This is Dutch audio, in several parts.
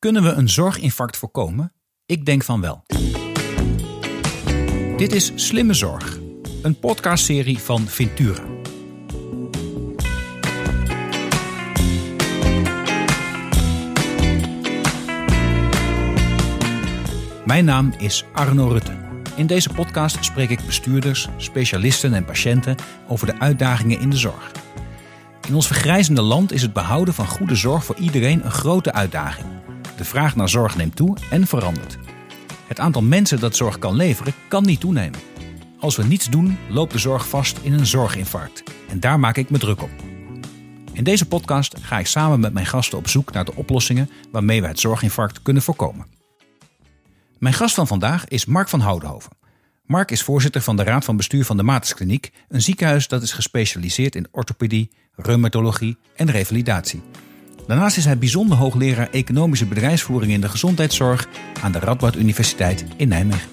Kunnen we een zorginfarct voorkomen? Ik denk van wel. Dit is Slimme Zorg, een podcastserie van Ventura. Mijn naam is Arno Rutte. In deze podcast spreek ik bestuurders, specialisten en patiënten over de uitdagingen in de zorg. In ons vergrijzende land is het behouden van goede zorg voor iedereen een grote uitdaging. De vraag naar zorg neemt toe en verandert. Het aantal mensen dat zorg kan leveren, kan niet toenemen. Als we niets doen, loopt de zorg vast in een zorginfarct. En daar maak ik me druk op. In deze podcast ga ik samen met mijn gasten op zoek naar de oplossingen waarmee we het zorginfarct kunnen voorkomen. Mijn gast van vandaag is Mark van Houdenhoven. Mark is voorzitter van de Raad van Bestuur van de Maartenskliniek, een ziekenhuis dat is gespecialiseerd in orthopedie, reumatologie en revalidatie. Daarnaast is hij bijzonder hoogleraar economische bedrijfsvoering in de gezondheidszorg aan de Radboud Universiteit in Nijmegen.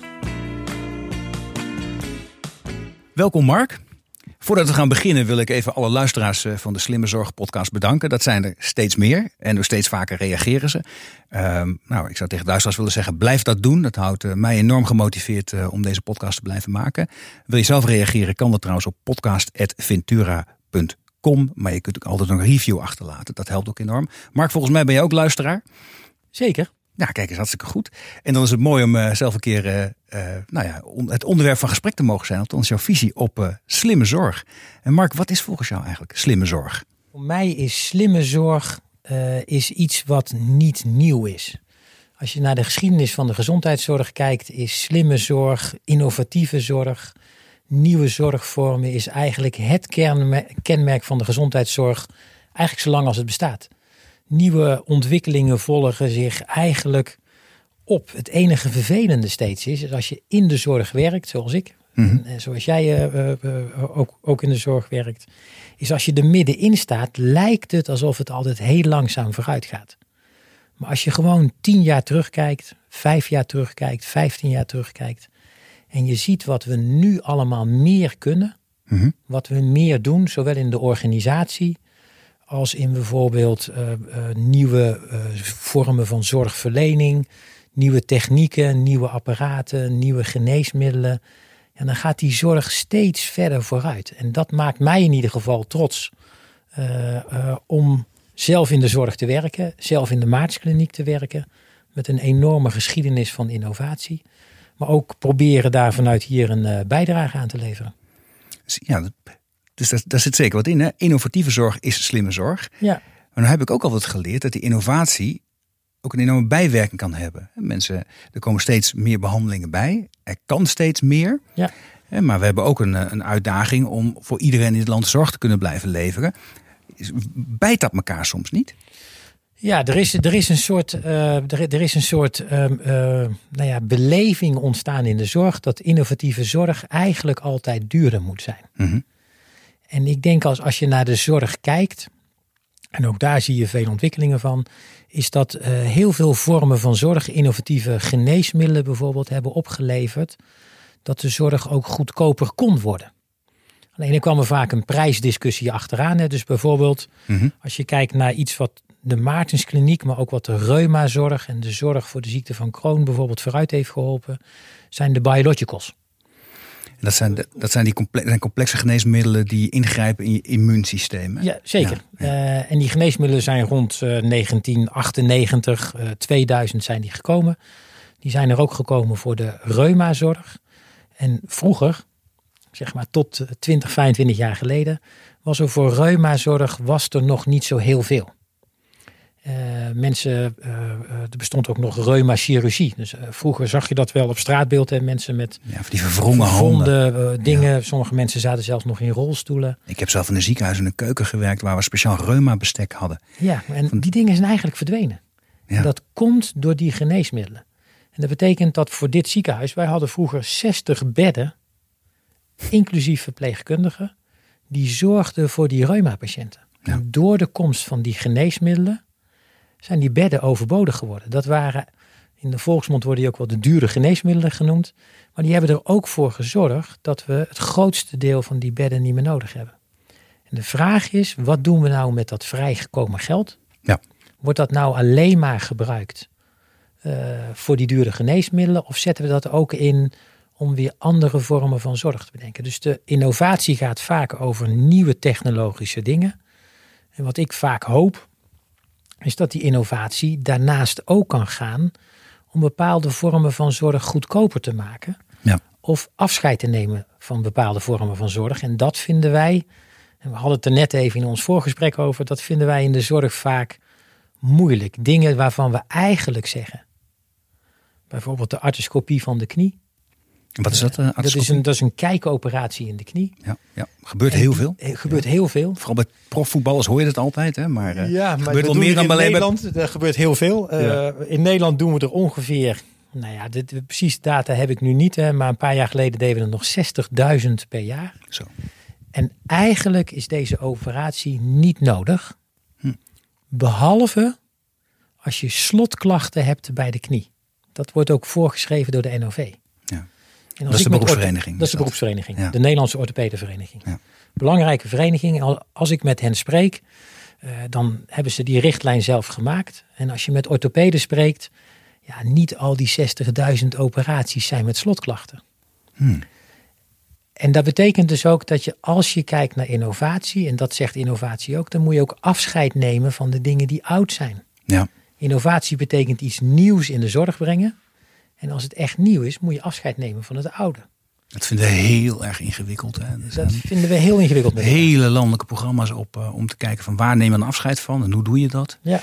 Welkom Mark. Voordat we gaan beginnen wil ik even alle luisteraars van de Slimme Zorg podcast bedanken. Dat zijn er steeds meer en door steeds vaker reageren ze. Ik zou tegen de luisteraars willen zeggen, blijf dat doen. Dat houdt mij enorm gemotiveerd om deze podcast te blijven maken. Wil je zelf reageren, kan dat trouwens op podcast@ventura.com. Maar je kunt ook altijd een review achterlaten. Dat helpt ook enorm. Mark, volgens mij ben je ook luisteraar. Zeker. Ja, kijk eens, hartstikke goed. En dan is het mooi om zelf een keer het onderwerp van gesprek te mogen zijn. Althans jouw visie op slimme zorg. En Mark, wat is volgens jou eigenlijk slimme zorg? Voor mij is slimme zorg is iets wat niet nieuw is. Als je naar de geschiedenis van de gezondheidszorg kijkt, is slimme zorg, innovatieve zorg, nieuwe zorgvormen is eigenlijk het kenmerk van de gezondheidszorg eigenlijk zolang als het bestaat. Nieuwe ontwikkelingen volgen zich eigenlijk op. Het enige vervelende steeds is als je in de zorg werkt, zoals ik, en zoals jij ook in de zorg werkt, is als je er middenin staat, lijkt het alsof het altijd heel langzaam vooruit gaat. Maar als je gewoon 10 jaar terugkijkt, 5 jaar terugkijkt, 15 jaar terugkijkt, en je ziet wat we nu allemaal meer kunnen, wat we meer doen, zowel in de organisatie als in bijvoorbeeld nieuwe vormen van zorgverlening, nieuwe technieken, nieuwe apparaten, nieuwe geneesmiddelen. En dan gaat die zorg steeds verder vooruit. En dat maakt mij in ieder geval trots om zelf in de zorg te werken, zelf in de Maartenskliniek te werken, met een enorme geschiedenis van innovatie. Maar ook proberen daar vanuit hier een bijdrage aan te leveren. Ja, dus daar zit zeker wat in. Hè? Innovatieve zorg is slimme zorg. Ja. Maar dan heb ik ook altijd geleerd dat die innovatie ook een enorme bijwerking kan hebben. Er komen steeds meer behandelingen bij. Er kan steeds meer. Ja. Maar we hebben ook een uitdaging om voor iedereen in het land zorg te kunnen blijven leveren. Bijt dat elkaar soms niet? Ja, er is een soort beleving ontstaan in de zorg dat innovatieve zorg eigenlijk altijd duurder moet zijn. Mm-hmm. En ik denk als je naar de zorg kijkt, en ook daar zie je veel ontwikkelingen van, is dat heel veel vormen van zorg, innovatieve geneesmiddelen bijvoorbeeld, hebben opgeleverd dat de zorg ook goedkoper kon worden. Alleen er kwam er vaak een prijsdiscussie achteraan. Hè. Dus bijvoorbeeld als je kijkt naar iets wat de Maartenskliniek, maar ook wat de reumazorg en de zorg voor de ziekte van Crohn bijvoorbeeld vooruit heeft geholpen, zijn de biologicals. Dat zijn die complexe geneesmiddelen die ingrijpen in je immuunsysteem. Hè? Ja, zeker. Ja. En die geneesmiddelen zijn rond 1998, 2000 zijn die gekomen. Die zijn er ook gekomen voor de reumazorg. En vroeger, zeg maar tot 20, 25 jaar geleden, was er voor reumazorg nog niet zo heel veel. Er bestond ook nog reumachirurgie. Dus vroeger zag je dat wel op straatbeeld. Hè, mensen met die verwrongen handen. Dingen. Ja. Sommige mensen zaten zelfs nog in rolstoelen. Ik heb zelf in een ziekenhuis in een keuken gewerkt waar we speciaal reuma-bestek hadden. Ja, en die dingen zijn eigenlijk verdwenen. Ja. En dat komt door die geneesmiddelen. En dat betekent dat voor dit ziekenhuis, wij hadden vroeger 60 bedden, inclusief verpleegkundigen, die zorgden voor die reuma-patiënten. Ja. En door de komst van die geneesmiddelen zijn die bedden overbodig geworden. Dat waren, in de volksmond worden die ook wel de dure geneesmiddelen genoemd. Maar die hebben er ook voor gezorgd dat we het grootste deel van die bedden niet meer nodig hebben. En de vraag is, wat doen we nou met dat vrijgekomen geld? Ja. Wordt dat nou alleen maar gebruikt voor die dure geneesmiddelen? Of zetten we dat ook in om weer andere vormen van zorg te bedenken? Dus de innovatie gaat vaak over nieuwe technologische dingen. En wat ik vaak hoop, is dat die innovatie daarnaast ook kan gaan om bepaalde vormen van zorg goedkoper te maken. Ja. Of afscheid te nemen van bepaalde vormen van zorg. En dat vinden wij, en we hadden het er net even in ons voorgesprek over, dat vinden wij in de zorg vaak moeilijk. Dingen waarvan we eigenlijk zeggen, bijvoorbeeld de arthroscopie van de knie. En wat is dat? Dat is een kijkoperatie in de knie. Ja. Gebeurt heel veel. Gebeurt heel veel. Vooral bij profvoetballers hoor je dat altijd. Hè? Maar gebeurt wel meer dan in alleen Nederland. Er gebeurt heel veel. In Nederland doen we er ongeveer, de precieze data heb ik nu niet. Maar een paar jaar geleden deden we er nog 60.000 per jaar. Zo. En eigenlijk is deze operatie niet nodig. Behalve als je slotklachten hebt bij de knie. Dat wordt ook voorgeschreven door de NOV. Ja. Dat is de beroepsvereniging. Dat is de beroepsvereniging. Ja. De Nederlandse Orthopedenvereniging. Ja. Belangrijke vereniging. Als ik met hen spreek, dan hebben ze die richtlijn zelf gemaakt. En als je met orthopeden spreekt, niet al die 60.000 operaties zijn met slotklachten. En dat betekent dus ook dat je, als je kijkt naar innovatie, en dat zegt innovatie ook, dan moet je ook afscheid nemen van de dingen die oud zijn. Ja. Innovatie betekent iets nieuws in de zorg brengen. En als het echt nieuw is, moet je afscheid nemen van het oude. Dat vinden we heel erg ingewikkeld. Hè? Dat vinden we heel ingewikkeld. Hele landelijke programma's op om te kijken van waar neem je een afscheid van en hoe doe je dat? Ja.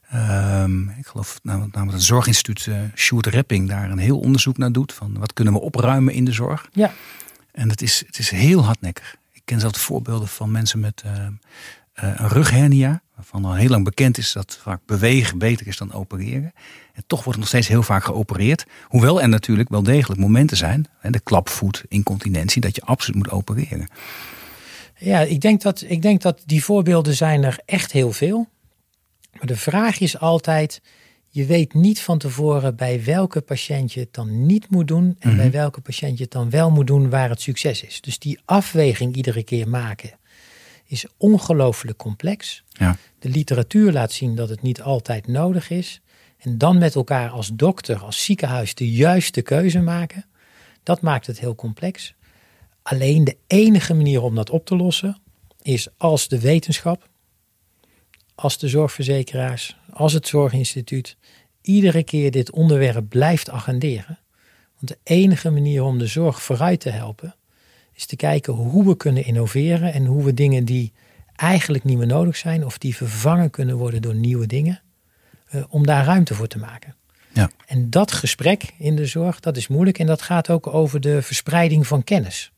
Ik geloof namelijk het Zorginstituut Sjoerd Repping daar een heel onderzoek naar doet. Van wat kunnen we opruimen in de zorg? Ja. En het is heel hardnekkig. Ik ken zelfs voorbeelden van mensen met een rughernia. Waarvan al heel lang bekend is dat vaak bewegen beter is dan opereren. En toch wordt er nog steeds heel vaak geopereerd. Hoewel er natuurlijk wel degelijk momenten zijn. De klapvoet, incontinentie, dat je absoluut moet opereren. Ja, ik denk dat die voorbeelden zijn er echt heel veel. Maar de vraag is altijd, je weet niet van tevoren bij welke patiënt je het dan niet moet doen. En bij welke patiënt je het dan wel moet doen waar het succes is. Dus die afweging iedere keer maken is ongelooflijk complex. Ja. De literatuur laat zien dat het niet altijd nodig is. En dan met elkaar als dokter, als ziekenhuis de juiste keuze maken. Dat maakt het heel complex. Alleen de enige manier om dat op te lossen is als de wetenschap, als de zorgverzekeraars, als het Zorginstituut iedere keer dit onderwerp blijft agenderen. Want de enige manier om de zorg vooruit te helpen is te kijken hoe we kunnen innoveren en hoe we dingen die eigenlijk niet meer nodig zijn of die vervangen kunnen worden door nieuwe dingen, om daar ruimte voor te maken. Ja. En dat gesprek in de zorg, dat is moeilijk en dat gaat ook over de verspreiding van kennis.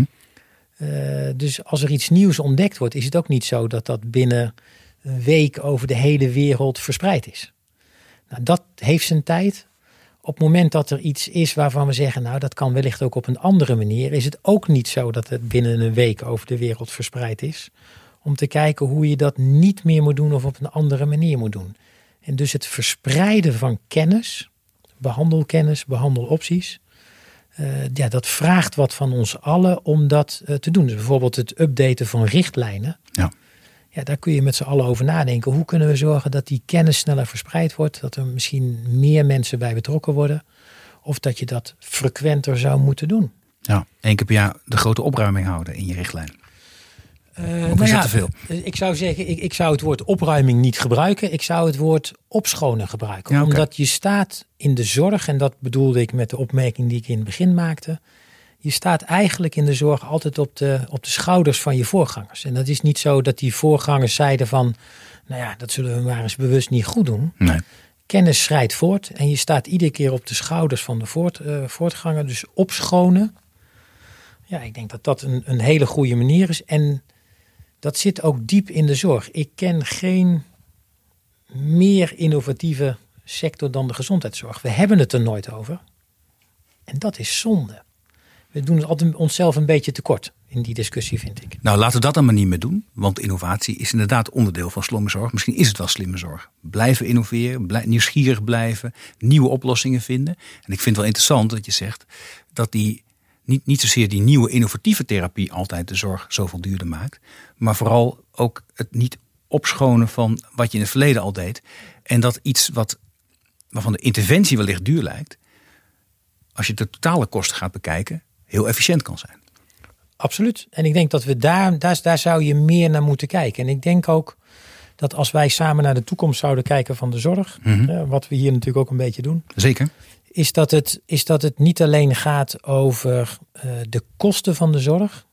Dus als er iets nieuws ontdekt wordt, is het ook niet zo dat dat binnen een week over de hele wereld verspreid is. Nou, dat heeft zijn tijd. Op het moment dat er iets is waarvan we zeggen, dat kan wellicht ook op een andere manier, is het ook niet zo dat het binnen een week over de wereld verspreid is. Om te kijken hoe je dat niet meer moet doen of op een andere manier moet doen. En dus het verspreiden van kennis, behandelopties, dat vraagt wat van ons allen om dat te doen. Dus bijvoorbeeld het updaten van richtlijnen. Ja, daar kun je met z'n allen over nadenken. Hoe kunnen we zorgen dat die kennis sneller verspreid wordt? Dat er misschien meer mensen bij betrokken worden. Of dat je dat frequenter zou moeten doen. Ja, 1 keer per jaar de grote opruiming houden in je richtlijn. Of is dat te veel? Ik zou zeggen, ik zou het woord opruiming niet gebruiken. Ik zou het woord opschonen gebruiken. Ja, okay. Omdat je staat in de zorg, en dat bedoelde ik met de opmerking die ik in het begin maakte. Je staat eigenlijk in de zorg altijd op de schouders van je voorgangers. En dat is niet zo dat die voorgangers zeiden van, dat zullen we maar eens bewust niet goed doen. Nee. Kennis schrijdt voort en je staat iedere keer op de schouders van de voortganger. Dus opschonen. Ja, ik denk dat dat een hele goede manier is. En dat zit ook diep in de zorg. Ik ken geen meer innovatieve sector dan de gezondheidszorg. We hebben het er nooit over. En dat is zonde. We doen het altijd onszelf een beetje tekort in die discussie, vind ik. Nou, laten we dat dan maar niet meer doen. Want innovatie is inderdaad onderdeel van slimme zorg. Misschien is het wel slimme zorg. Blijven innoveren, nieuwsgierig blijven, nieuwe oplossingen vinden. En ik vind het wel interessant dat je zegt dat niet zozeer die nieuwe innovatieve therapie altijd de zorg zoveel duurder maakt. Maar vooral ook het niet opschonen van wat je in het verleden al deed. En dat iets wat waarvan de interventie wellicht duur lijkt, als je de totale kosten gaat bekijken, heel efficiënt kan zijn. Absoluut. En ik denk dat we daar zou je meer naar moeten kijken. En ik denk ook dat als wij samen naar de toekomst zouden kijken van de zorg, wat we hier natuurlijk ook een beetje doen. Zeker. Is dat het niet alleen gaat over de kosten van de zorg,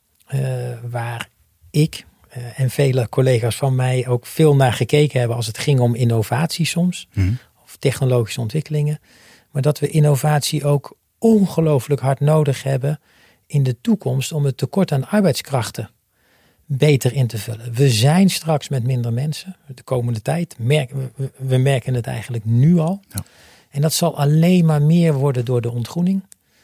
waar ik en vele collega's van mij ook veel naar gekeken hebben als het ging om innovatie soms, of technologische ontwikkelingen. Maar dat we innovatie ook ongelooflijk hard nodig hebben in de toekomst om het tekort aan arbeidskrachten beter in te vullen. We zijn straks met minder mensen de komende tijd. We merken het eigenlijk nu al. Ja. En dat zal alleen maar meer worden door de ontgroening.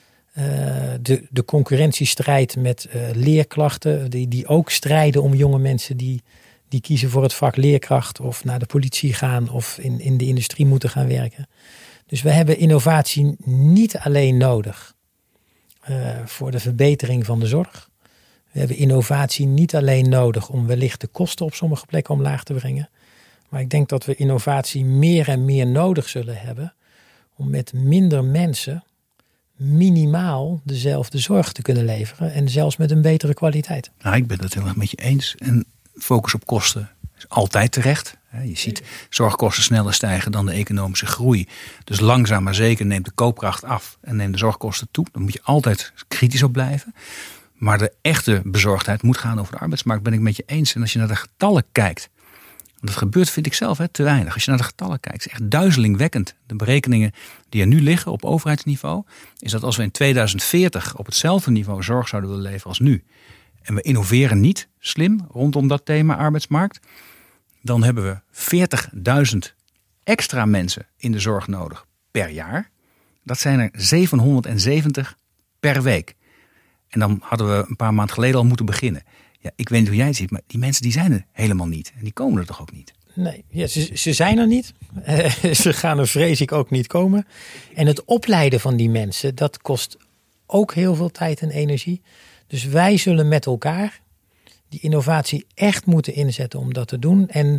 De concurrentiestrijd met leerkrachten, die ook strijden om jonge mensen die kiezen voor het vak leerkracht of naar de politie gaan of in de industrie moeten gaan werken. Dus we hebben innovatie niet alleen nodig voor de verbetering van de zorg. We hebben innovatie niet alleen nodig om wellicht de kosten op sommige plekken omlaag te brengen. Maar ik denk dat we innovatie meer en meer nodig zullen hebben om met minder mensen minimaal dezelfde zorg te kunnen leveren. En zelfs met een betere kwaliteit. Nou, ik ben het heel erg met je eens. En focus op kosten is altijd terecht. Je ziet zorgkosten sneller stijgen dan de economische groei. Dus langzaam maar zeker neemt de koopkracht af en neemt de zorgkosten toe. Daar moet je altijd kritisch op blijven. Maar de echte bezorgdheid moet gaan over de arbeidsmarkt. Ben ik met je eens. En als je naar de getallen kijkt. Want dat gebeurt, vind ik zelf, te weinig. Als je naar de getallen kijkt, is echt duizelingwekkend. De berekeningen die er nu liggen op overheidsniveau, is dat als we in 2040 op hetzelfde niveau zorg zouden willen leveren als nu, en we innoveren niet slim rondom dat thema arbeidsmarkt, dan hebben we 40.000 extra mensen in de zorg nodig per jaar. Dat zijn er 770 per week. En dan hadden we een paar maanden geleden al moeten beginnen. Ja, ik weet niet hoe jij het ziet, maar die mensen die zijn er helemaal niet. En die komen er toch ook niet? Nee, ja, ze zijn er niet. Ze gaan er vrees ik ook niet komen. En het opleiden van die mensen, dat kost ook heel veel tijd en energie. Dus wij zullen met elkaar die innovatie echt moeten inzetten om dat te doen. En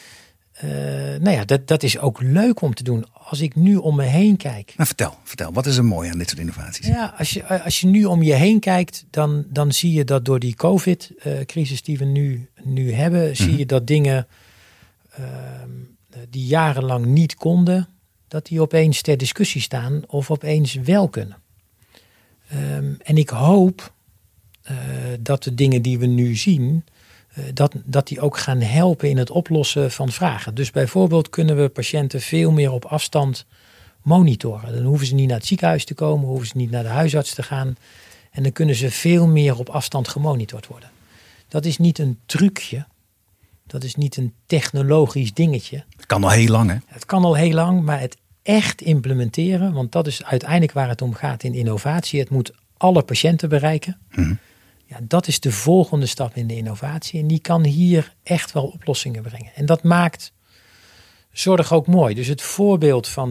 dat is ook leuk om te doen. Als ik nu om me heen kijk. Maar vertel, wat is er mooi aan dit soort innovaties? Ja, als je nu om je heen kijkt, dan zie je dat door die COVID-crisis die we nu hebben, zie je dat dingen die jarenlang niet konden, dat die opeens ter discussie staan of opeens wel kunnen. En ik hoop dat de dingen die we nu zien, dat die ook gaan helpen in het oplossen van vragen. Dus bijvoorbeeld kunnen we patiënten veel meer op afstand monitoren. Dan hoeven ze niet naar het ziekenhuis te komen, hoeven ze niet naar de huisarts te gaan. En dan kunnen ze veel meer op afstand gemonitord worden. Dat is niet een trucje. Dat is niet een technologisch dingetje. Het kan al heel lang, hè? Het kan al heel lang, maar het echt implementeren, want dat is uiteindelijk waar het om gaat in innovatie. Het moet alle patiënten bereiken. Ja, dat is de volgende stap in de innovatie. En die kan hier echt wel oplossingen brengen. En dat maakt zorg ook mooi. Dus het voorbeeld van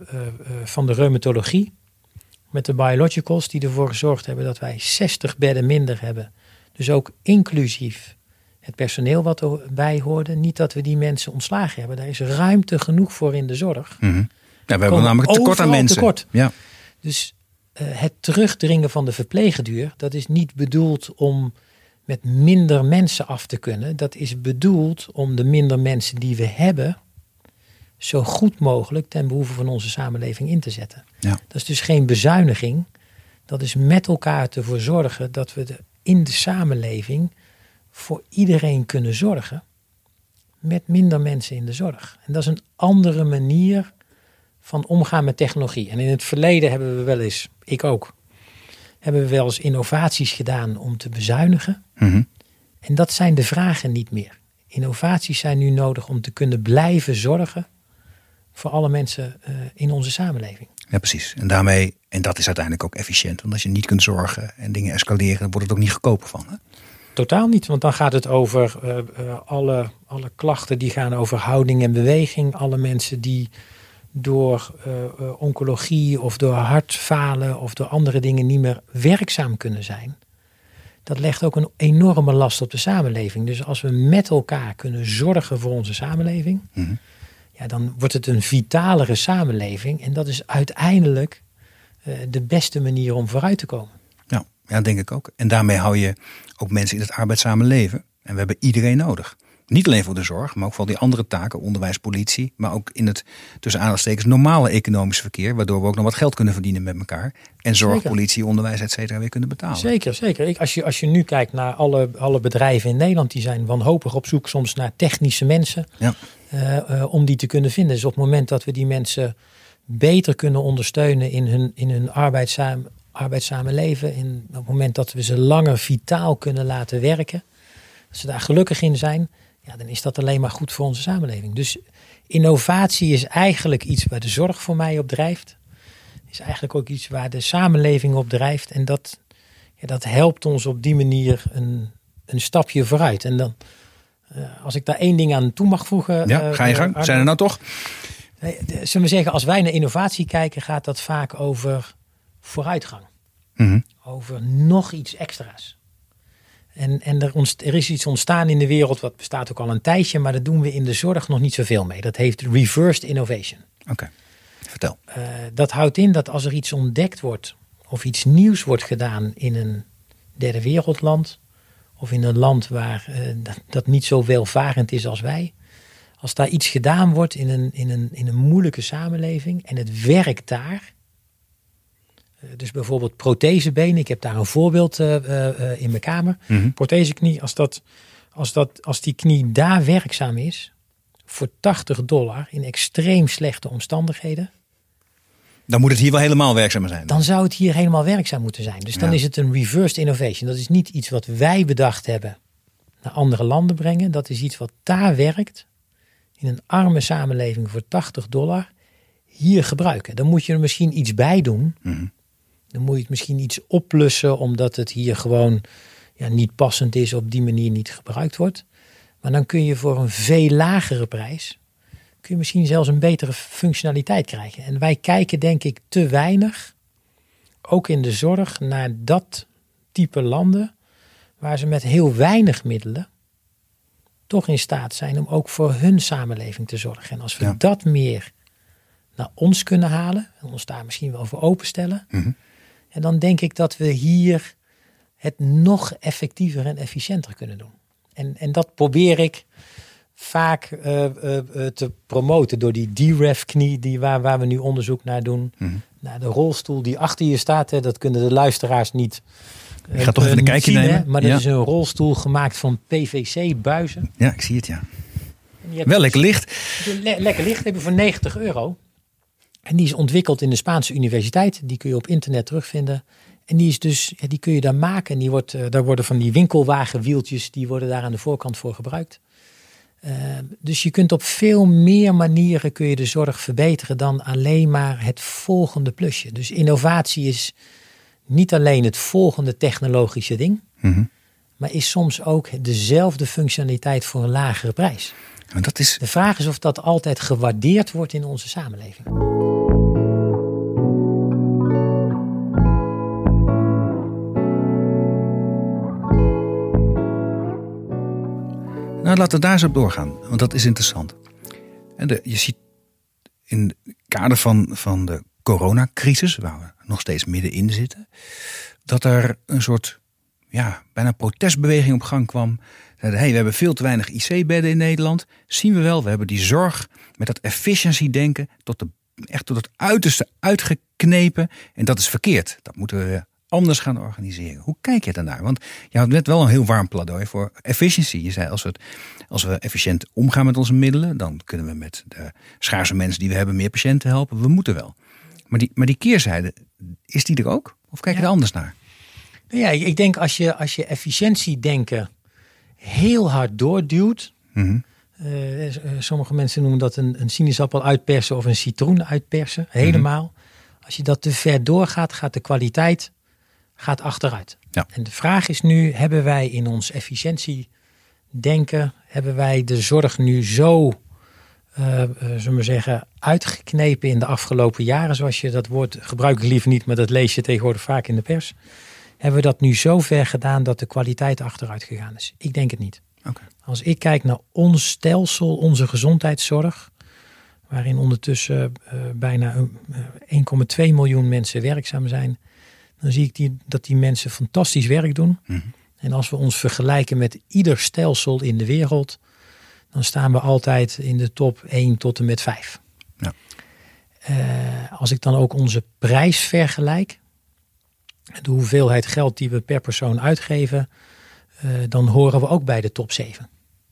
de reumatologie met de biologicals die ervoor gezorgd hebben dat wij 60 bedden minder hebben. Dus ook inclusief het personeel wat erbij hoorde. Niet dat we die mensen ontslagen hebben. Daar is ruimte genoeg voor in de zorg. Ja, we hebben namelijk tekort aan mensen. Tekort. Ja. Dus het terugdringen van de verpleegduur, dat is niet bedoeld om met minder mensen af te kunnen. Dat is bedoeld om de minder mensen die we hebben zo goed mogelijk ten behoeve van onze samenleving in te zetten. Ja. Dat is dus geen bezuiniging. Dat is met elkaar ervoor zorgen dat we in de samenleving voor iedereen kunnen zorgen met minder mensen in de zorg. En dat is een andere manier van omgaan met technologie. En in het verleden hebben we wel eens, ik ook, hebben we wel eens innovaties gedaan om te bezuinigen. En dat zijn de vragen niet meer. Innovaties zijn nu nodig om te kunnen blijven zorgen voor alle mensen in onze samenleving. Ja, precies. En dat is uiteindelijk ook efficiënt. Want als je niet kunt zorgen en dingen escaleren, dan wordt het ook niet goedkoper van. Hè? Totaal niet, want dan gaat het over alle klachten die gaan over houding en beweging. Alle mensen die door oncologie of door hartfalen of door andere dingen niet meer werkzaam kunnen zijn. Dat legt ook een enorme last op de samenleving. Dus als we met elkaar kunnen zorgen voor onze samenleving, ja, dan wordt het een vitalere samenleving. En dat is uiteindelijk de beste manier om vooruit te komen. Ja, denk ik ook. En daarmee hou je ook mensen in het arbeidszame leven. En we hebben iedereen nodig. Niet alleen voor de zorg, maar ook voor die andere taken, onderwijs, politie. Maar ook in het, tussen aanhalingstekens, normale economische verkeer. Waardoor we ook nog wat geld kunnen verdienen met elkaar. En zorg, Zeker. Politie, onderwijs, et cetera, weer kunnen betalen. Zeker. Als je nu kijkt naar alle bedrijven in Nederland, die zijn wanhopig op zoek soms naar technische mensen. Ja. Om die te kunnen vinden. Dus op het moment dat we die mensen beter kunnen ondersteunen in hun arbeidszame leven. Op het moment dat we ze langer vitaal kunnen laten werken. Als ze daar gelukkig in zijn. Ja, dan is dat alleen maar goed voor onze samenleving. Dus innovatie is eigenlijk iets waar de zorg voor mij op drijft. Is eigenlijk ook iets waar de samenleving op drijft. En dat helpt ons op die manier een stapje vooruit. En dan, als ik daar één ding aan toe mag voegen. Ja, ga je gang. Zijn er nou toch? Zullen we zeggen, als wij naar innovatie kijken, gaat dat vaak over vooruitgang. Mm-hmm. Over nog iets extra's. En er is iets ontstaan in de wereld, wat bestaat ook al een tijdje, maar dat doen we in de zorg nog niet zoveel mee. Dat heet reversed innovation. Oké, vertel. Dat houdt in dat als er iets ontdekt wordt of iets nieuws wordt gedaan in een derde wereldland of in een land waar dat niet zo welvarend is als wij. Als daar iets gedaan wordt in een moeilijke samenleving en het werkt daar. Dus bijvoorbeeld prothesebenen. Ik heb daar een voorbeeld in mijn kamer. Mm-hmm. Protheseknie, als die knie daar werkzaam is voor $80 in extreem slechte omstandigheden. Dan moet het hier wel helemaal werkzaam zijn. Dan zou het hier helemaal werkzaam moeten zijn. Dus dan is het een reversed innovation. Dat is niet iets wat wij bedacht hebben naar andere landen brengen. Dat is iets wat daar werkt in een arme samenleving voor $80 hier gebruiken. Dan moet je er misschien iets bij doen. Mm-hmm. Dan moet je het misschien iets opplussen omdat het hier gewoon niet passend is, op die manier niet gebruikt wordt. Maar dan kun je voor een veel lagere prijs, kun je misschien zelfs een betere functionaliteit krijgen. En wij kijken denk ik te weinig, ook in de zorg, naar dat type landen waar ze met heel weinig middelen toch in staat zijn om ook voor hun samenleving te zorgen. En als we dat meer naar ons kunnen halen en ons daar misschien wel voor openstellen. Mm-hmm. En dan denk ik dat we hier het nog effectiever en efficiënter kunnen doen. En dat probeer ik vaak te promoten door die DREF-knie waar we nu onderzoek naar doen. Mm-hmm. Naar de rolstoel die achter je staat. Hè, dat kunnen de luisteraars niet Ik ga toch even een kijkje zien, nemen. Hè, maar dat is een rolstoel gemaakt van PVC-buizen. Ja, ik zie het, ja. Wel lekker licht. Lekker licht hebben voor €90. En die is ontwikkeld in de Spaanse universiteit. Die kun je op internet terugvinden. En die is dus, die kun je daar maken. En daar worden van die winkelwagenwieltjes, die worden daar aan de voorkant voor gebruikt. Dus je kunt op veel meer manieren kun je de zorg verbeteren dan alleen maar het volgende plusje. Dus innovatie is niet alleen het volgende technologische ding. Mm-hmm. Maar is soms ook dezelfde functionaliteit voor een lagere prijs. En dat is... De vraag is of dat altijd gewaardeerd wordt in onze samenleving. Nou, laten we daar eens op doorgaan, want dat is interessant. En je ziet in het kader van de coronacrisis, waar we nog steeds middenin zitten, dat er een soort bijna protestbeweging op gang kwam. We hebben veel te weinig IC-bedden in Nederland. Zien we wel, we hebben die zorg met dat efficiency denken echt tot het uiterste uitgeknepen. En dat is verkeerd. Dat moeten we anders gaan organiseren. Hoe kijk je daarnaar? Want je had net wel een heel warm pleidooi voor efficiency. Je zei, als we efficiënt omgaan met onze middelen, dan kunnen we met de schaarse mensen die we hebben meer patiënten helpen. We moeten wel. Maar die keerzijde, is die er ook? Of kijk je er anders naar? Ja, ik denk als je efficiëntiedenken heel hard doorduwt. Mm-hmm. Sommige mensen noemen dat een sinaasappel uitpersen of een citroen uitpersen. Helemaal. Mm-hmm. Als je dat te ver doorgaat, gaat de kwaliteit achteruit. Ja. En de vraag is nu, hebben wij in ons efficiëntiedenken, hebben wij de zorg nu zo, zullen we zeggen, uitgeknepen in de afgelopen jaren, zoals je dat woord gebruik ik liever niet, maar dat lees je tegenwoordig vaak in de pers. Hebben we dat nu zo ver gedaan dat de kwaliteit achteruit gegaan is? Ik denk het niet. Okay. Als ik kijk naar ons stelsel, onze gezondheidszorg, waarin ondertussen bijna 1,2 miljoen mensen werkzaam zijn, dan zie ik dat die mensen fantastisch werk doen. Mm-hmm. En als we ons vergelijken met ieder stelsel in de wereld, dan staan we altijd in de top 1 tot en met 5. Ja. Als ik dan ook onze prijs vergelijk, de hoeveelheid geld die we per persoon uitgeven, dan horen we ook bij de top 7.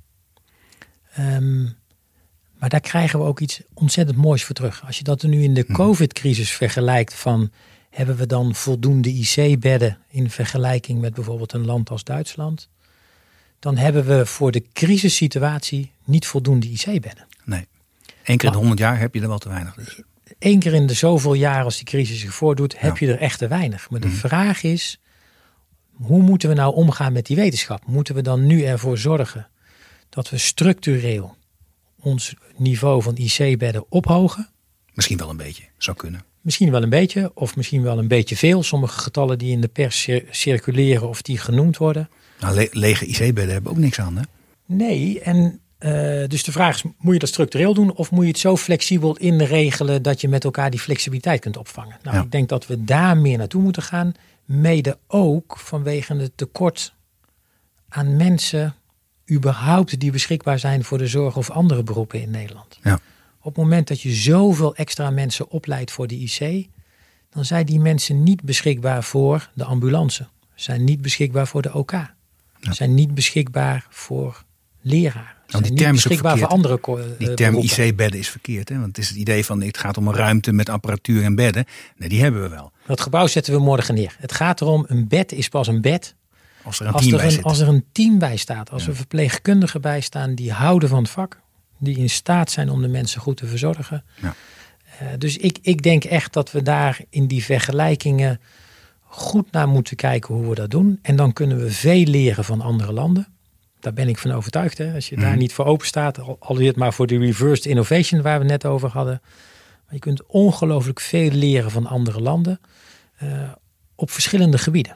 Maar daar krijgen we ook iets ontzettend moois voor terug. Als je dat nu in de COVID-crisis vergelijkt van, hebben we dan voldoende IC-bedden in vergelijking met bijvoorbeeld een land als Duitsland, dan hebben we voor de crisissituatie niet voldoende IC-bedden. Nee. 1 keer in de 100 jaar heb je er wel te weinig. Dus. 1 keer in de zoveel jaar als die crisis zich voordoet, heb je er echt te weinig. Maar de vraag is, hoe moeten we nou omgaan met die wetenschap? Moeten we dan nu ervoor zorgen dat we structureel ons niveau van IC-bedden ophogen? Misschien wel een beetje, zou kunnen. Misschien wel een beetje, of misschien wel een beetje veel. Sommige getallen die in de pers circuleren of die genoemd worden. Nou, lege IC-bedden hebben ook niks aan, hè? Nee, en dus de vraag is, moet je dat structureel doen of moet je het zo flexibel inregelen dat je met elkaar die flexibiliteit kunt opvangen? Nou, ik denk dat we daar meer naartoe moeten gaan. Mede ook vanwege het tekort aan mensen überhaupt die beschikbaar zijn voor de zorg of andere beroepen in Nederland. Ja. Op het moment dat je zoveel extra mensen opleidt voor de IC, dan zijn die mensen niet beschikbaar voor de ambulance. Zijn niet beschikbaar voor de OK. Zijn niet beschikbaar voor leraren. Nou, die niet term is beschikbaar voor andere die term beroepen. IC-bedden is verkeerd. Hè? Want het is het idee van het gaat om een ruimte met apparatuur en bedden. Nee, die hebben we wel. Dat gebouw zetten we morgen neer. Het gaat erom, een bed is pas een bed Als er een team bij zit. Als er een team bij staat. Als er verpleegkundigen bij staan die houden van het vak. Die in staat zijn om de mensen goed te verzorgen. Ja. Dus ik denk echt dat we daar in die vergelijkingen goed naar moeten kijken hoe we dat doen. En dan kunnen we veel leren van andere landen. Daar ben ik van overtuigd. Hè? Als je daar niet voor open staat, al is het maar voor de reversed innovation waar we net over hadden. Maar je kunt ongelooflijk veel leren van andere landen op verschillende gebieden.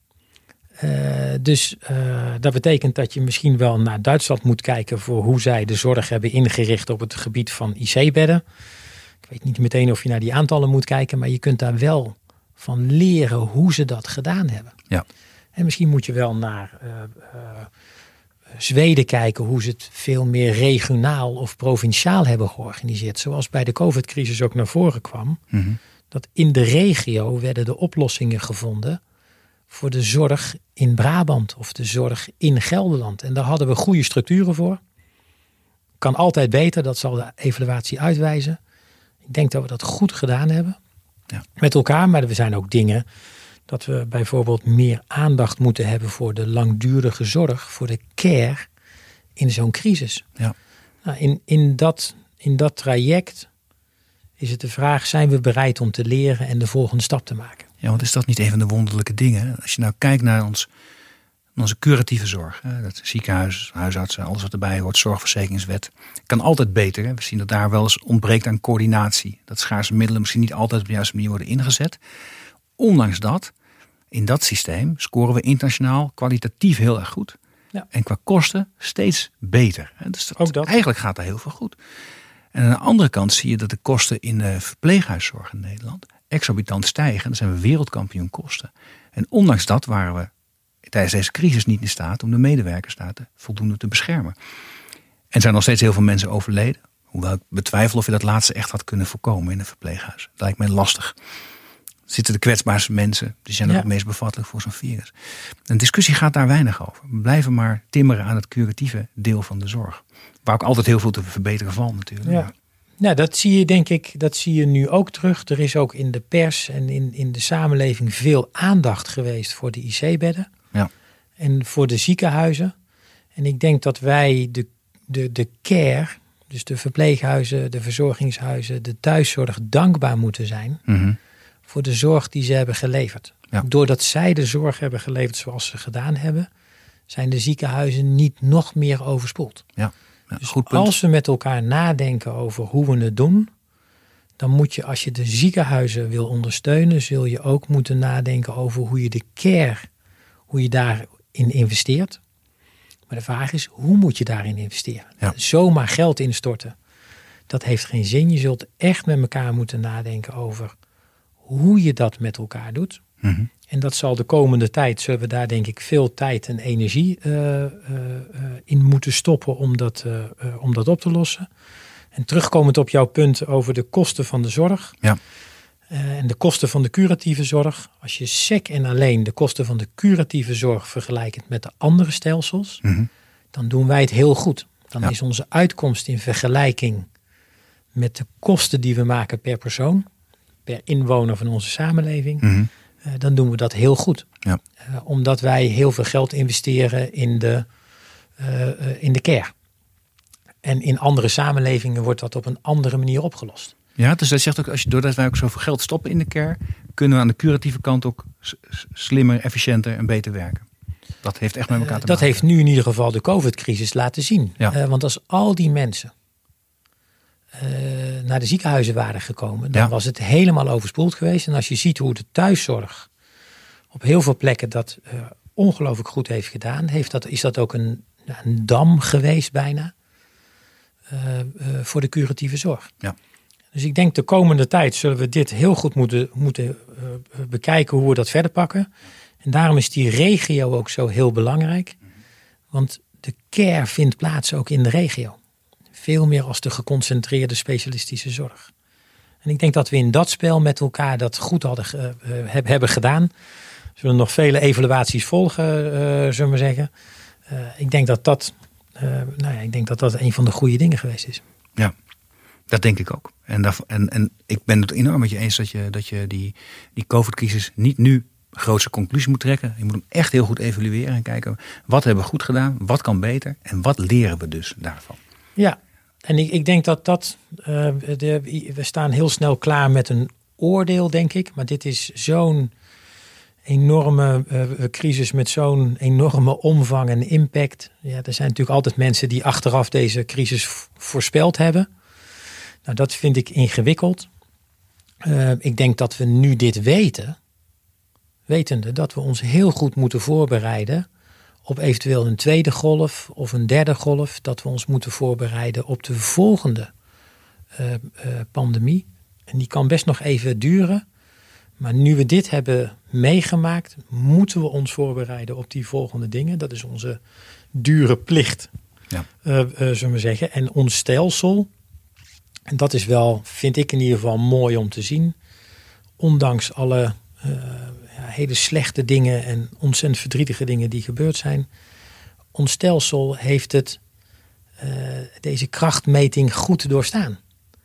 Dus dat betekent dat je misschien wel naar Duitsland moet kijken voor hoe zij de zorg hebben ingericht op het gebied van IC-bedden. Ik weet niet meteen of je naar die aantallen moet kijken, maar je kunt daar wel van leren hoe ze dat gedaan hebben. Ja. En misschien moet je wel naar Zweden kijken hoe ze het veel meer regionaal of provinciaal hebben georganiseerd. Zoals bij de COVID-crisis ook naar voren kwam. Mm-hmm. Dat in de regio werden de oplossingen gevonden voor de zorg in Brabant of de zorg in Gelderland. En daar hadden we goede structuren voor. Kan altijd beter, dat zal de evaluatie uitwijzen. Ik denk dat we dat goed gedaan hebben met elkaar. Maar er zijn ook dingen dat we bijvoorbeeld meer aandacht moeten hebben voor de langdurige zorg, voor de care in zo'n crisis. Ja. Nou, in dat traject is het de vraag, zijn we bereid om te leren en de volgende stap te maken? Ja, want is dat niet een van de wonderlijke dingen? Als je nou kijkt naar onze curatieve zorg. Dat ziekenhuis, huisartsen, alles wat erbij hoort, zorgverzekeringswet. Kan altijd beter. Hè? We zien dat daar wel eens ontbreekt aan coördinatie. Dat schaarse middelen misschien niet altijd op de juiste manier worden ingezet. Ondanks dat, in dat systeem scoren we internationaal kwalitatief heel erg goed. Ja. En qua kosten steeds beter. Dus ook dat. Eigenlijk gaat daar heel veel goed. En aan de andere kant zie je dat de kosten in de verpleeghuiszorg in Nederland exorbitant stijgen. Dan zijn we wereldkampioen kosten. En ondanks dat waren we tijdens deze crisis niet in staat om de medewerkers daar voldoende te beschermen. En zijn nog steeds heel veel mensen overleden. Hoewel ik betwijfel of je dat laatste echt had kunnen voorkomen in een verpleeghuis. Dat lijkt mij lastig. Zitten de kwetsbaarste mensen, die zijn ook het meest bevattelijk voor zo'n virus. Een discussie gaat daar weinig over. We blijven maar timmeren aan het curatieve deel van de zorg. Waar ook altijd heel veel te verbeteren valt natuurlijk. Ja. Nou, dat zie je denk ik, dat zie je nu ook terug. Er is ook in de pers en in de samenleving veel aandacht geweest voor de IC-bedden. Ja. En voor de ziekenhuizen. En ik denk dat wij de care, dus de verpleeghuizen, de verzorgingshuizen, de thuiszorg dankbaar moeten zijn. Mm-hmm. Voor de zorg die ze hebben geleverd. Ja. Doordat zij de zorg hebben geleverd zoals ze gedaan hebben, zijn de ziekenhuizen niet nog meer overspoeld. Ja. Dus goed punt. Als we met elkaar nadenken over hoe we het doen, dan moet je, als je de ziekenhuizen wil ondersteunen, zul je ook moeten nadenken over hoe je de care, hoe je daarin investeert. Maar de vraag is, hoe moet je daarin investeren? Ja. Zomaar geld instorten, Dat heeft geen zin. Je zult echt met elkaar moeten nadenken over hoe je dat met elkaar doet. Mm-hmm. En dat zal de komende tijd, zullen we daar denk ik veel tijd en energie in moeten stoppen om dat op te lossen. En terugkomend op jouw punt over de kosten van de zorg. Ja. En de kosten van de curatieve zorg. Als je sec en alleen de kosten van de curatieve zorg vergelijkt met de andere stelsels. Mm-hmm. Dan doen wij het heel goed. Dan Ja. is onze uitkomst in vergelijking met de kosten die we maken per persoon. Per inwoner van onze samenleving. Mm-hmm. Dan doen we dat heel goed. Ja. Omdat wij heel veel geld investeren in de care. En in andere samenlevingen wordt dat op een andere manier opgelost. Ja, dus dat zegt ook, doordat wij ook zoveel geld stoppen in de care, kunnen we aan de curatieve kant ook slimmer, efficiënter en beter werken. Dat heeft echt met elkaar te Dat maken. heeft nu in ieder geval de COVID-crisis laten zien. Ja. Want als al die mensen naar de ziekenhuizen waren gekomen, dan was het helemaal overspoeld geweest. En als je ziet hoe de thuiszorg op heel veel plekken dat ongelooflijk goed heeft gedaan, is dat ook een dam geweest bijna voor de curatieve zorg. Ja. Dus ik denk de komende tijd zullen we dit heel goed moeten bekijken hoe we dat verder pakken. En daarom is die regio ook zo heel belangrijk. Want de care vindt plaats ook in de regio. Veel meer als de geconcentreerde specialistische zorg. En ik denk dat we in dat spel met elkaar dat goed hebben gedaan. Er zullen nog vele evaluaties volgen, zullen we zeggen. Ik denk dat dat een van de goede dingen geweest is. Ja, dat denk ik ook. En ik ben het enorm met je eens dat je die COVID-crisis niet nu grootste conclusie moet trekken. Je moet hem echt heel goed evalueren en kijken wat hebben we goed gedaan, wat kan beter en wat leren we dus daarvan. Ja, en ik denk we staan heel snel klaar met een oordeel, denk ik. Maar dit is zo'n enorme crisis met zo'n enorme omvang en impact. Ja, er zijn natuurlijk altijd mensen die achteraf deze crisis voorspeld hebben. Nou, dat vind ik ingewikkeld. Ik denk dat we nu dit wetende dat we ons heel goed moeten voorbereiden op eventueel een tweede golf of een derde golf. Dat we ons moeten voorbereiden op de volgende pandemie. En die kan best nog even duren. Maar nu we dit hebben meegemaakt, moeten we ons voorbereiden op die volgende dingen. Dat is onze dure plicht, zullen we zeggen. En ons stelsel, en dat is wel, vind ik in ieder geval mooi om te zien. Ondanks alle hele slechte dingen en ontzettend verdrietige dingen die gebeurd zijn. Ons stelsel heeft deze krachtmeting goed doorstaan.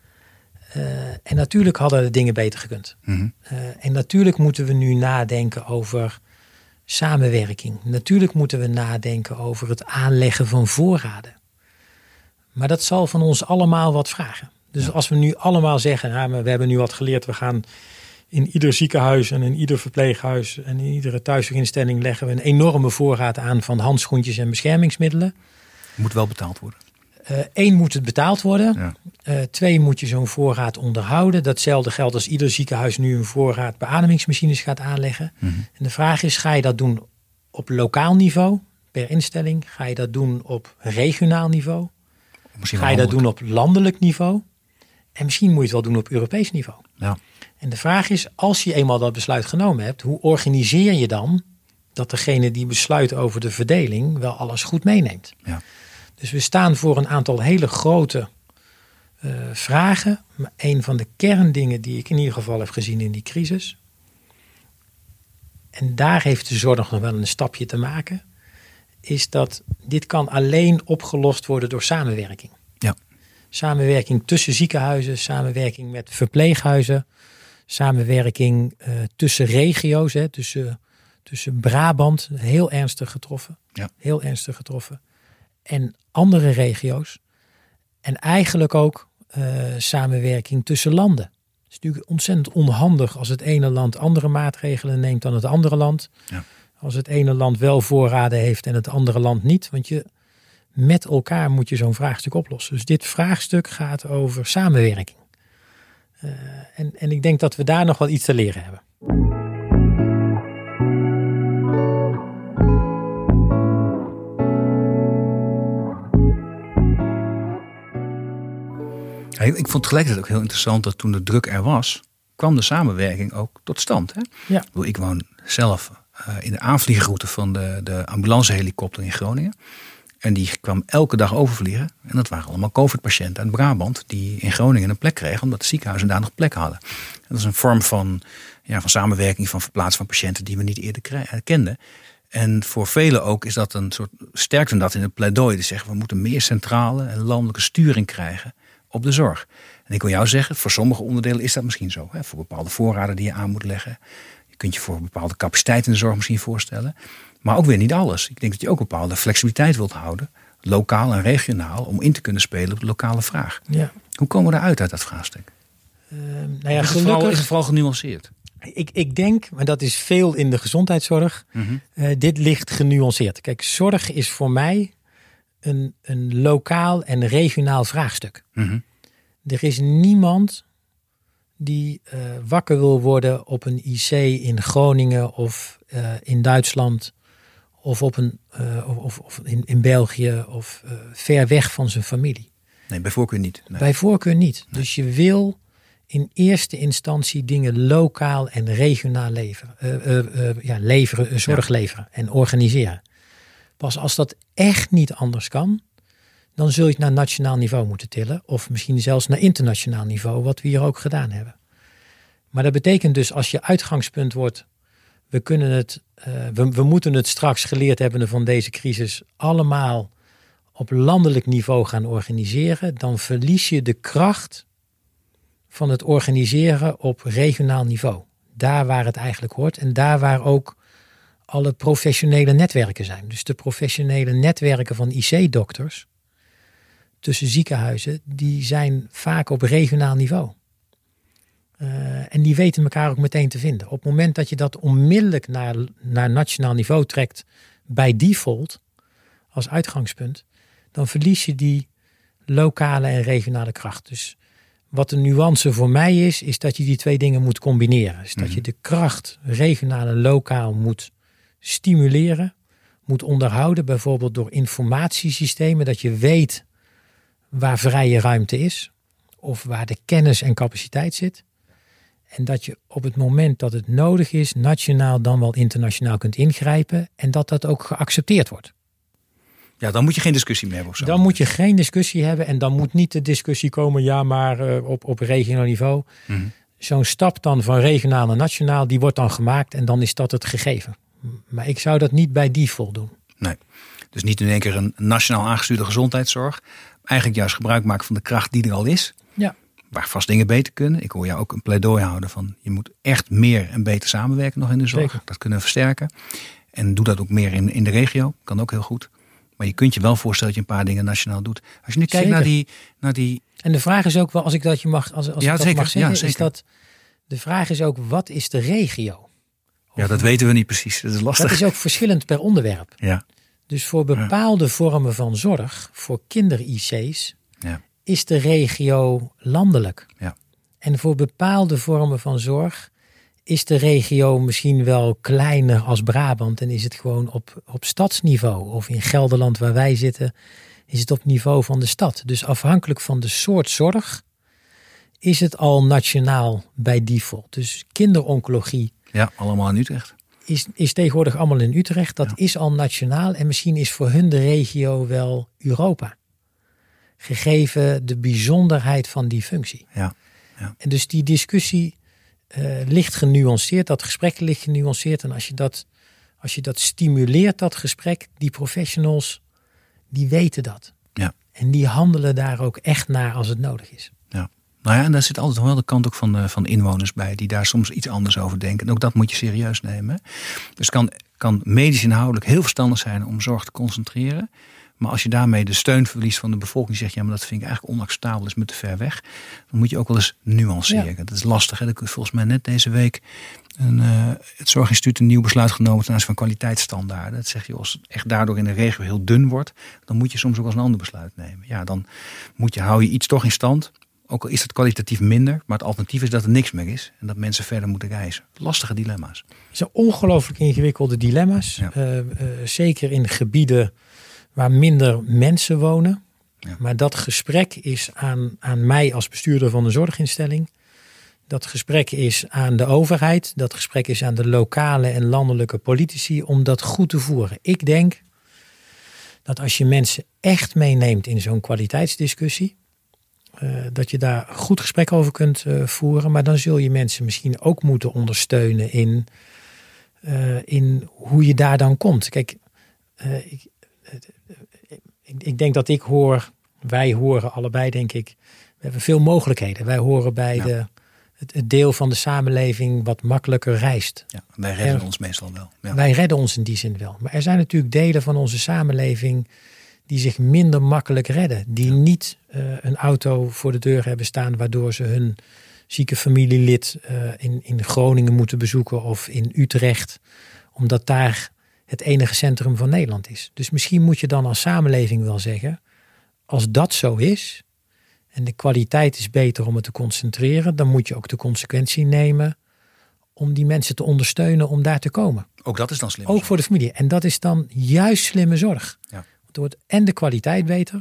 En natuurlijk hadden de dingen beter gekund. Mm-hmm. En natuurlijk moeten we nu nadenken over samenwerking. Natuurlijk moeten we nadenken over het aanleggen van voorraden. Maar dat zal van ons allemaal wat vragen. Dus als we nu allemaal zeggen, maar we hebben nu wat geleerd. We gaan in ieder ziekenhuis en in ieder verpleeghuis en in iedere thuiszorginstelling leggen we een enorme voorraad aan van handschoentjes en beschermingsmiddelen. Moet wel betaald worden. 1 moet het betaald worden. Ja. 2 moet je zo'n voorraad onderhouden. Datzelfde geldt als ieder ziekenhuis nu een voorraad beademingsmachines gaat aanleggen. Mm-hmm. En de vraag is, ga je dat doen op lokaal niveau per instelling? Ga je dat doen op regionaal niveau? Ga je dat doen op landelijk niveau? En misschien moet je het wel doen op Europees niveau. Ja. En de vraag is, als je eenmaal dat besluit genomen hebt, hoe organiseer je dan dat degene die besluit over de verdeling wel alles goed meeneemt? Ja. Dus we staan voor een aantal hele grote vragen. Maar een van de kerndingen die ik in ieder geval heb gezien in die crisis, en daar heeft de zorg nog wel een stapje te maken, is dat dit kan alleen opgelost worden door samenwerking. Ja. Samenwerking tussen ziekenhuizen, samenwerking met verpleeghuizen, samenwerking tussen regio's, tussen Brabant, heel ernstig getroffen. Ja. Heel ernstig getroffen. En andere regio's. En eigenlijk ook samenwerking tussen landen. Het is natuurlijk ontzettend onhandig als het ene land andere maatregelen neemt dan het andere land. Ja. Als het ene land wel voorraden heeft en het andere land niet. Want met elkaar moet je zo'n vraagstuk oplossen. Dus dit vraagstuk gaat over samenwerking. En ik denk dat we daar nog wel iets te leren hebben. Hey, Ik vond het tegelijkertijd ook heel interessant dat toen de druk er was, kwam de samenwerking ook tot stand. Hè? Ja. Ik woon zelf in de aanvliegroute van de ambulancehelikopter in Groningen. En die kwam elke dag overvliegen. En dat waren allemaal COVID-patiënten uit Brabant die in Groningen een plek kregen, omdat de ziekenhuizen daar nog plek hadden. En dat is een vorm van samenwerking, van verplaatsen van patiënten die we niet eerder kenden. En voor velen ook is dat een soort, sterkte dat in het pleidooi. Die zeggen, we moeten meer centrale en landelijke sturing krijgen op de zorg. En ik wil jou zeggen, voor sommige onderdelen is dat misschien zo. Hè? Voor bepaalde voorraden die je aan moet leggen. Je kunt je voor bepaalde capaciteit in de zorg misschien voorstellen. Maar ook weer niet alles. Ik denk dat je ook bepaalde flexibiliteit wilt houden. Lokaal en regionaal. Om in te kunnen spelen op de lokale vraag. Ja. Hoe komen we eruit uit dat vraagstuk? Is het vooral genuanceerd? Ik denk, maar dat is veel in de gezondheidszorg. Dit ligt genuanceerd. Kijk, zorg is voor mij een lokaal en regionaal vraagstuk. Er is niemand die wakker wil worden op een IC in Groningen of in Duitsland of of in België of ver weg van zijn familie. Nee, bij voorkeur niet. Nee. Bij voorkeur niet. Nee. Dus je wil in eerste instantie dingen lokaal en regionaal leveren en organiseren. Pas als dat echt niet anders kan, dan zul je het naar nationaal niveau moeten tillen. Of misschien zelfs naar internationaal niveau, wat we hier ook gedaan hebben. Maar dat betekent dus als je uitgangspunt wordt, we moeten het straks geleerd hebben van deze crisis allemaal op landelijk niveau gaan organiseren. Dan verlies je de kracht van het organiseren op regionaal niveau. Daar waar het eigenlijk hoort en daar waar ook alle professionele netwerken zijn. Dus de professionele netwerken van IC-dokters tussen ziekenhuizen, die zijn vaak op regionaal niveau. En die weten elkaar ook meteen te vinden. Op het moment dat je dat onmiddellijk naar nationaal niveau trekt, bij default, als uitgangspunt, dan verlies je die lokale en regionale kracht. Dus wat de nuance voor mij is dat je die twee dingen moet combineren. Dus dat je de kracht regionaal en lokaal moet stimuleren, moet onderhouden, bijvoorbeeld door informatiesystemen, dat je weet waar vrije ruimte is of waar de kennis en capaciteit zit. En dat je op het moment dat het nodig is, nationaal dan wel internationaal kunt ingrijpen en dat dat ook geaccepteerd wordt. Ja, dan moet je geen discussie meer hebben. Of zo. Dan moet je geen discussie hebben en dan moet niet de discussie komen, maar op regionaal niveau. Zo'n stap dan van regionaal naar nationaal, die wordt dan gemaakt en dan is dat het gegeven. Maar ik zou dat niet bij default doen. Nee, dus niet in één keer een nationaal aangestuurde gezondheidszorg. Eigenlijk juist gebruik maken van de kracht die er al is. Ja. Waar vast dingen beter kunnen. Ik hoor jou ook een pleidooi houden van je moet echt meer en beter samenwerken nog in de zorg. Zeker. Dat kunnen we versterken. En doe dat ook meer in de regio. Kan ook heel goed. Maar je kunt je wel voorstellen dat je een paar dingen nationaal doet. Als je nu kijkt naar die... En de vraag is ook wel, als ik dat je mag, als ik dat mag zeggen, is dat de vraag is ook, wat is de regio? Ja, dat weten we niet precies. Dat is lastig. Dat is ook verschillend per onderwerp. Ja. Dus voor bepaalde vormen van zorg, voor kinder-IC's, is de regio landelijk. Ja. En voor bepaalde vormen van zorg is de regio misschien wel kleiner als Brabant en is het gewoon op stadsniveau. Of in Gelderland waar wij zitten, is het op niveau van de stad. Dus afhankelijk van de soort zorg is het al nationaal bij default. Dus kinderoncologie. Ja, allemaal in Utrecht. Is tegenwoordig allemaal in Utrecht. Dat is al nationaal en misschien is voor hun de regio wel Europa. Gegeven de bijzonderheid van die functie. Ja. En dus die discussie ligt genuanceerd. Dat gesprek ligt genuanceerd. En als je dat stimuleert, dat gesprek, die professionals, die weten dat. Ja. En die handelen daar ook echt naar als het nodig is. Ja. Nou ja, en daar zit altijd wel de kant ook van inwoners bij, die daar soms iets anders over denken. En ook dat moet je serieus nemen. Dus kan medisch inhoudelijk heel verstandig zijn om zorg te concentreren. Maar als je daarmee de steun verliest van de bevolking, die zegt, ja, maar dat vind ik eigenlijk onacceptabel, is me te ver weg. Dan moet je ook wel eens nuanceren. Ja. Dat is lastig. Hè? Er is volgens mij net deze week het Zorginstituut een nieuw besluit genomen ten aanzien van kwaliteitsstandaarden. Dat zegt je, als het echt daardoor in de regio heel dun wordt, dan moet je soms ook wel eens een ander besluit nemen. Ja, dan hou je iets toch in stand. Ook al is het kwalitatief minder, maar het alternatief is dat er niks meer is. En dat mensen verder moeten reizen. Lastige dilemma's. Het zijn ongelooflijk ingewikkelde dilemma's. Ja. Zeker in gebieden waar minder mensen wonen. Ja. Maar dat gesprek is aan mij als bestuurder van een zorginstelling. Dat gesprek is aan de overheid. Dat gesprek is aan de lokale en landelijke politici om dat goed te voeren. Ik denk dat als je mensen echt meeneemt in zo'n kwaliteitsdiscussie, dat je daar goed gesprek over kunt voeren. Maar dan zul je mensen misschien ook moeten ondersteunen in hoe je daar dan komt. Kijk, ik denk dat wij horen allebei, denk ik, we hebben veel mogelijkheden. Wij horen bij het deel van de samenleving wat makkelijker reist. Ja, wij redden ons meestal wel. Ja. Wij redden ons in die zin wel. Maar er zijn natuurlijk delen van onze samenleving die zich minder makkelijk redden. Die niet een auto voor de deur hebben staan waardoor ze hun zieke familielid in Groningen moeten bezoeken of in Utrecht. Omdat daar het enige centrum van Nederland is. Dus misschien moet je dan als samenleving wel zeggen, als dat zo is en de kwaliteit is beter om het te concentreren, dan moet je ook de consequentie nemen om die mensen te ondersteunen om daar te komen. Ook dat is dan slim. Ook voor de familie. En dat is dan juist slimme zorg. Ja. Er wordt en de kwaliteit beter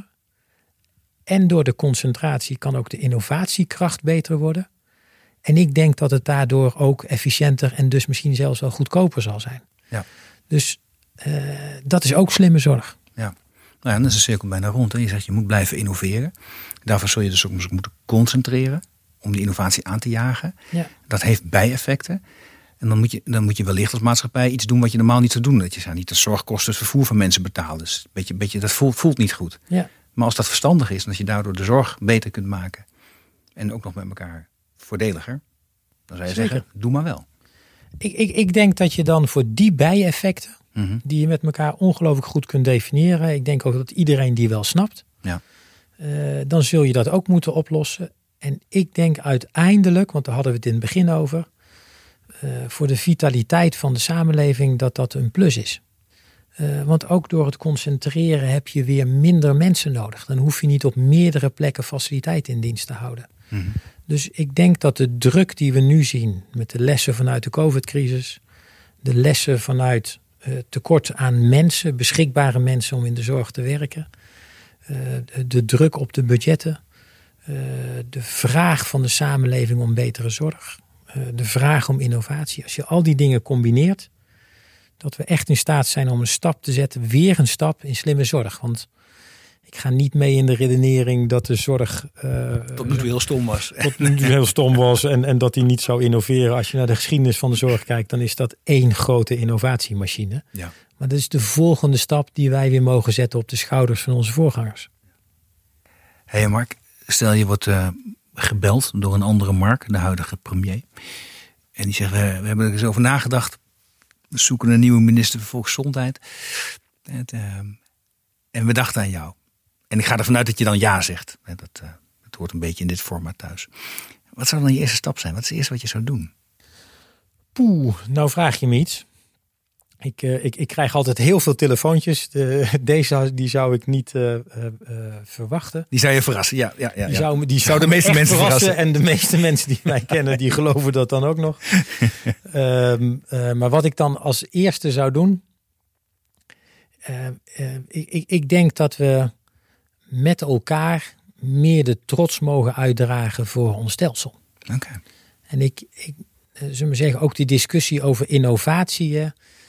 en door de concentratie kan ook de innovatiekracht beter worden. En ik denk dat het daardoor ook efficiënter en dus misschien zelfs wel goedkoper zal zijn. Ja. Dus dat is ook slimme zorg. Ja. Nou, en dan is de cirkel bijna rond. Hè. Je zegt je moet blijven innoveren. Daarvoor zul je dus ook moeten concentreren om die innovatie aan te jagen. Ja. Dat heeft bijeffecten. En dan moet je wellicht als maatschappij iets doen wat je normaal niet zou doen. Dat je niet de zorgkosten, het vervoer van mensen betaalt. Dus beetje, dat voelt niet goed. Ja. Maar als dat verstandig is en dat je daardoor de zorg beter kunt maken en ook nog met elkaar voordeliger, dan zou je zeggen, doe maar wel. Ik denk dat je dan voor die bijeffecten, die je met elkaar ongelooflijk goed kunt definiëren. Ik denk ook dat iedereen die wel snapt. Ja. Dan zul je dat ook moeten oplossen. En ik denk uiteindelijk, want daar hadden we het in het begin over, voor de vitaliteit van de samenleving dat een plus is. Want ook door het concentreren heb je weer minder mensen nodig. Dan hoef je niet op meerdere plekken faciliteit in dienst te houden. Mm-hmm. Dus ik denk dat de druk die we nu zien met de lessen vanuit de COVID-crisis, de lessen vanuit tekort aan mensen, beschikbare mensen om in de zorg te werken, de druk op de budgetten, de vraag van de samenleving om betere zorg, de vraag om innovatie. Als je al die dingen combineert, dat we echt in staat zijn om een stap te zetten, weer een stap in slimme zorg. Want ik ga niet mee in de redenering dat de zorg tot nu toe heel stom was. Tot nu toe heel stom was en dat die niet zou innoveren. Als je naar de geschiedenis van de zorg kijkt, dan is dat één grote innovatiemachine. Ja. Maar dat is de volgende stap die wij weer mogen zetten op de schouders van onze voorgangers. Hey Mark, stel je wordt gebeld door een andere Mark, de huidige premier. En die zegt, we hebben er eens over nagedacht. We zoeken een nieuwe minister van Volksgezondheid. En we dachten aan jou. En ik ga ervan uit dat je dan ja zegt. Dat hoort een beetje in dit format thuis. Wat zou dan je eerste stap zijn? Wat is het eerste wat je zou doen? Nou vraag je me iets. Ik krijg altijd heel veel telefoontjes. Die zou ik niet verwachten. Die zou je verrassen, ja. Die zou de meeste mensen verrassen. En de meeste mensen die mij kennen, die geloven dat dan ook nog. Maar wat ik dan als eerste zou doen. Ik denk dat we met elkaar meer de trots mogen uitdragen voor ons stelsel. Okay. En zullen we zeggen, ook die discussie over innovatie.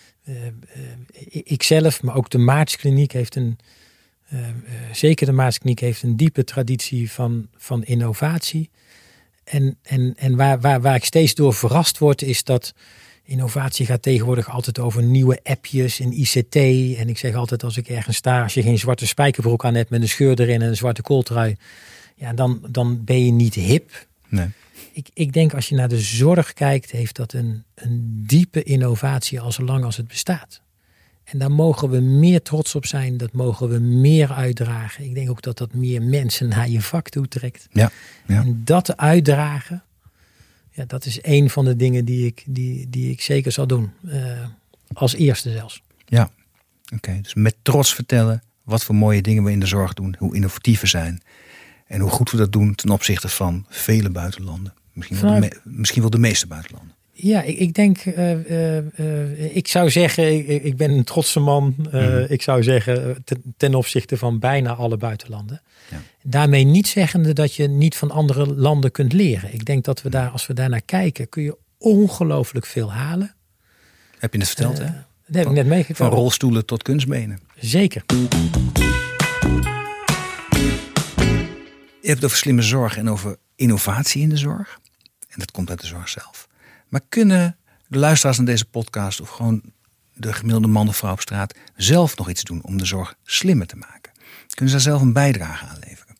Ikzelf, maar ook de Maartskliniek heeft zeker de Maartskliniek heeft een diepe traditie van innovatie. En waar ik steeds door verrast word, is dat innovatie gaat tegenwoordig altijd over nieuwe appjes en ICT. En ik zeg altijd, als ik ergens sta, als je geen zwarte spijkerbroek aan hebt met een scheur erin en een zwarte kooltrui, ja, dan ben je niet hip. Nee. Ik denk als je naar de zorg kijkt, heeft dat een diepe innovatie al zolang als het bestaat. En daar mogen we meer trots op zijn, dat mogen we meer uitdragen. Ik denk ook dat dat meer mensen naar je vak toe trekt. Ja. En dat uitdragen, ja, dat is een van de dingen die ik zeker zal doen. Als eerste zelfs. Ja, oké. Dus met trots vertellen wat voor mooie dingen we in de zorg doen. Hoe innovatief we zijn. En hoe goed we dat doen ten opzichte van vele buitenlanden. Misschien wel de meeste buitenlanden. Ja, ik denk, ik zou zeggen, ik ben een trotse man. Ik zou zeggen, ten opzichte van bijna alle buitenlanden. Ja. Daarmee niet zeggende dat je niet van andere landen kunt leren. Ik denk dat als we daar naar kijken, kun je ongelooflijk veel halen. Heb je net verteld, hè? Dat heb ik net meegekregen. Van rolstoelen tot kunstbenen. Zeker. Je hebt het over slimme zorg en over innovatie in de zorg. En dat komt uit de zorg zelf. Maar kunnen de luisteraars naar deze podcast of gewoon de gemiddelde man of vrouw op straat zelf nog iets doen om de zorg slimmer te maken? Kunnen ze daar zelf een bijdrage aan leveren?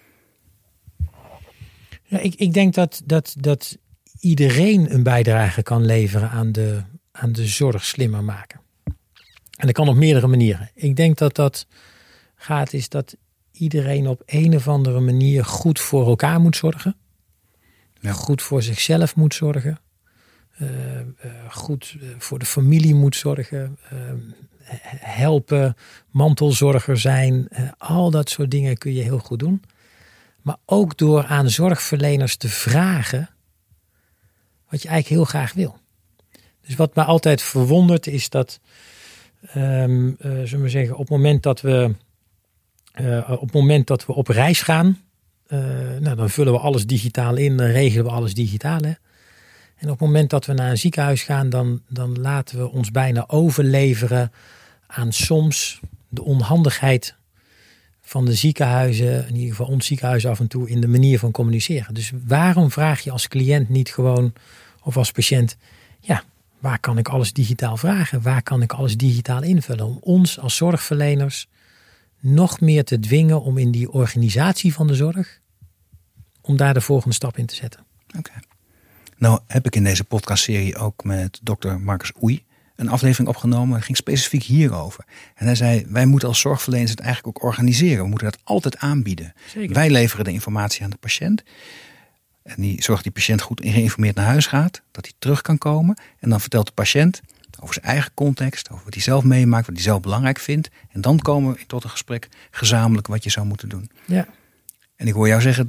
Ja, ik denk dat iedereen een bijdrage kan leveren aan de zorg slimmer maken. En dat kan op meerdere manieren. Ik denk dat is dat iedereen op een of andere manier goed voor elkaar moet zorgen. Ja. Goed voor zichzelf moet zorgen. Goed voor de familie moet zorgen. Helpen, mantelzorger zijn. Al dat soort dingen kun je heel goed doen. Maar ook door aan zorgverleners te vragen wat je eigenlijk heel graag wil. Dus wat mij altijd verwondert is dat, zullen we zeggen, op het moment dat we op reis gaan, dan vullen we alles digitaal in, dan regelen we alles digitaal. Hè? En op het moment dat we naar een ziekenhuis gaan, dan laten we ons bijna overleveren aan soms de onhandigheid van de ziekenhuizen, in ieder geval ons ziekenhuis af en toe, in de manier van communiceren. Dus waarom vraag je als cliënt niet gewoon, of als patiënt, ja, waar kan ik alles digitaal vragen? Waar kan ik alles digitaal invullen? Om ons als zorgverleners nog meer te dwingen om in die organisatie van de zorg, om daar de volgende stap in te zetten. Oké. Nou heb ik in deze podcastserie ook met dokter Marcus Oei een aflevering opgenomen. Dat ging specifiek hierover. En hij zei, wij moeten als zorgverleners het eigenlijk ook organiseren. We moeten dat altijd aanbieden. Zeker. Wij leveren de informatie aan de patiënt. En die zorgt dat die patiënt goed geïnformeerd naar huis gaat. Dat hij terug kan komen. En dan vertelt de patiënt over zijn eigen context. Over wat hij zelf meemaakt. Wat hij zelf belangrijk vindt. En dan komen we tot een gesprek gezamenlijk wat je zou moeten doen. Ja. En ik hoor jou zeggen,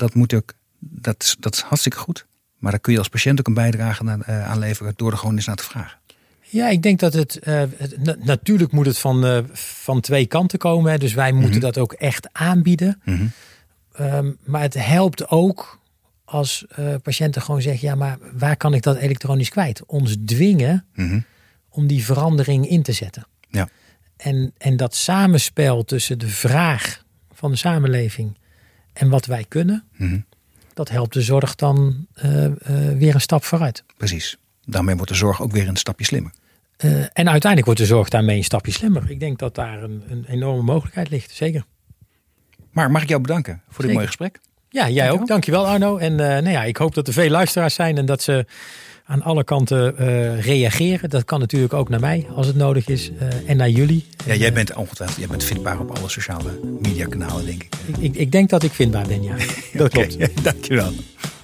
dat is hartstikke goed. Maar daar kun je als patiënt ook een bijdrage aan leveren door er gewoon eens naar te vragen. Ja, ik denk dat natuurlijk moet het van twee kanten komen. Hè. Dus wij moeten dat ook echt aanbieden. Mm-hmm. Maar het helpt ook als patiënten gewoon zeggen, ja, maar waar kan ik dat elektronisch kwijt? Ons dwingen om die verandering in te zetten. Ja. En dat samenspel tussen de vraag van de samenleving en wat wij kunnen, dat helpt de zorg dan weer een stap vooruit. Precies. Daarmee wordt de zorg ook weer een stapje slimmer. En uiteindelijk wordt de zorg daarmee een stapje slimmer. Ik denk dat daar een enorme mogelijkheid ligt, zeker. Maar mag ik jou bedanken voor dit mooie gesprek? Ja, jij ook. Dankjewel Arno. En ik hoop dat er veel luisteraars zijn en dat ze aan alle kanten reageren. Dat kan natuurlijk ook naar mij als het nodig is en naar jullie. Ja, jij bent ongetwijfeld vindbaar op alle sociale mediakanalen, denk ik. Ik denk dat ik vindbaar ben, ja. Dat klopt. Ja, dankjewel.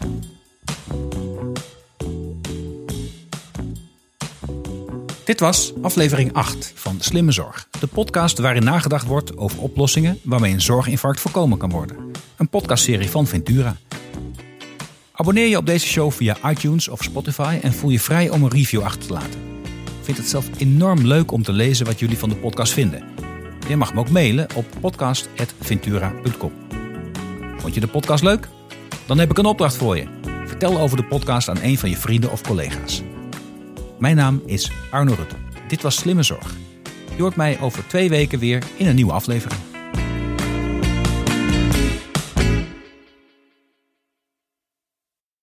Dit was aflevering 8 van Slimme Zorg. De podcast waarin nagedacht wordt over oplossingen waarmee een zorginfarct voorkomen kan worden. Een podcastserie van Ventura. Abonneer je op deze show via iTunes of Spotify en voel je vrij om een review achter te laten. Ik vind het zelf enorm leuk om te lezen wat jullie van de podcast vinden. Je mag me ook mailen op podcast@ventura.com. Vond je de podcast leuk? Dan heb ik een opdracht voor je. Vertel over de podcast aan een van je vrienden of collega's. Mijn naam is Arno Rutte. Dit was Slimme Zorg. Je hoort mij over 2 weken weer in een nieuwe aflevering.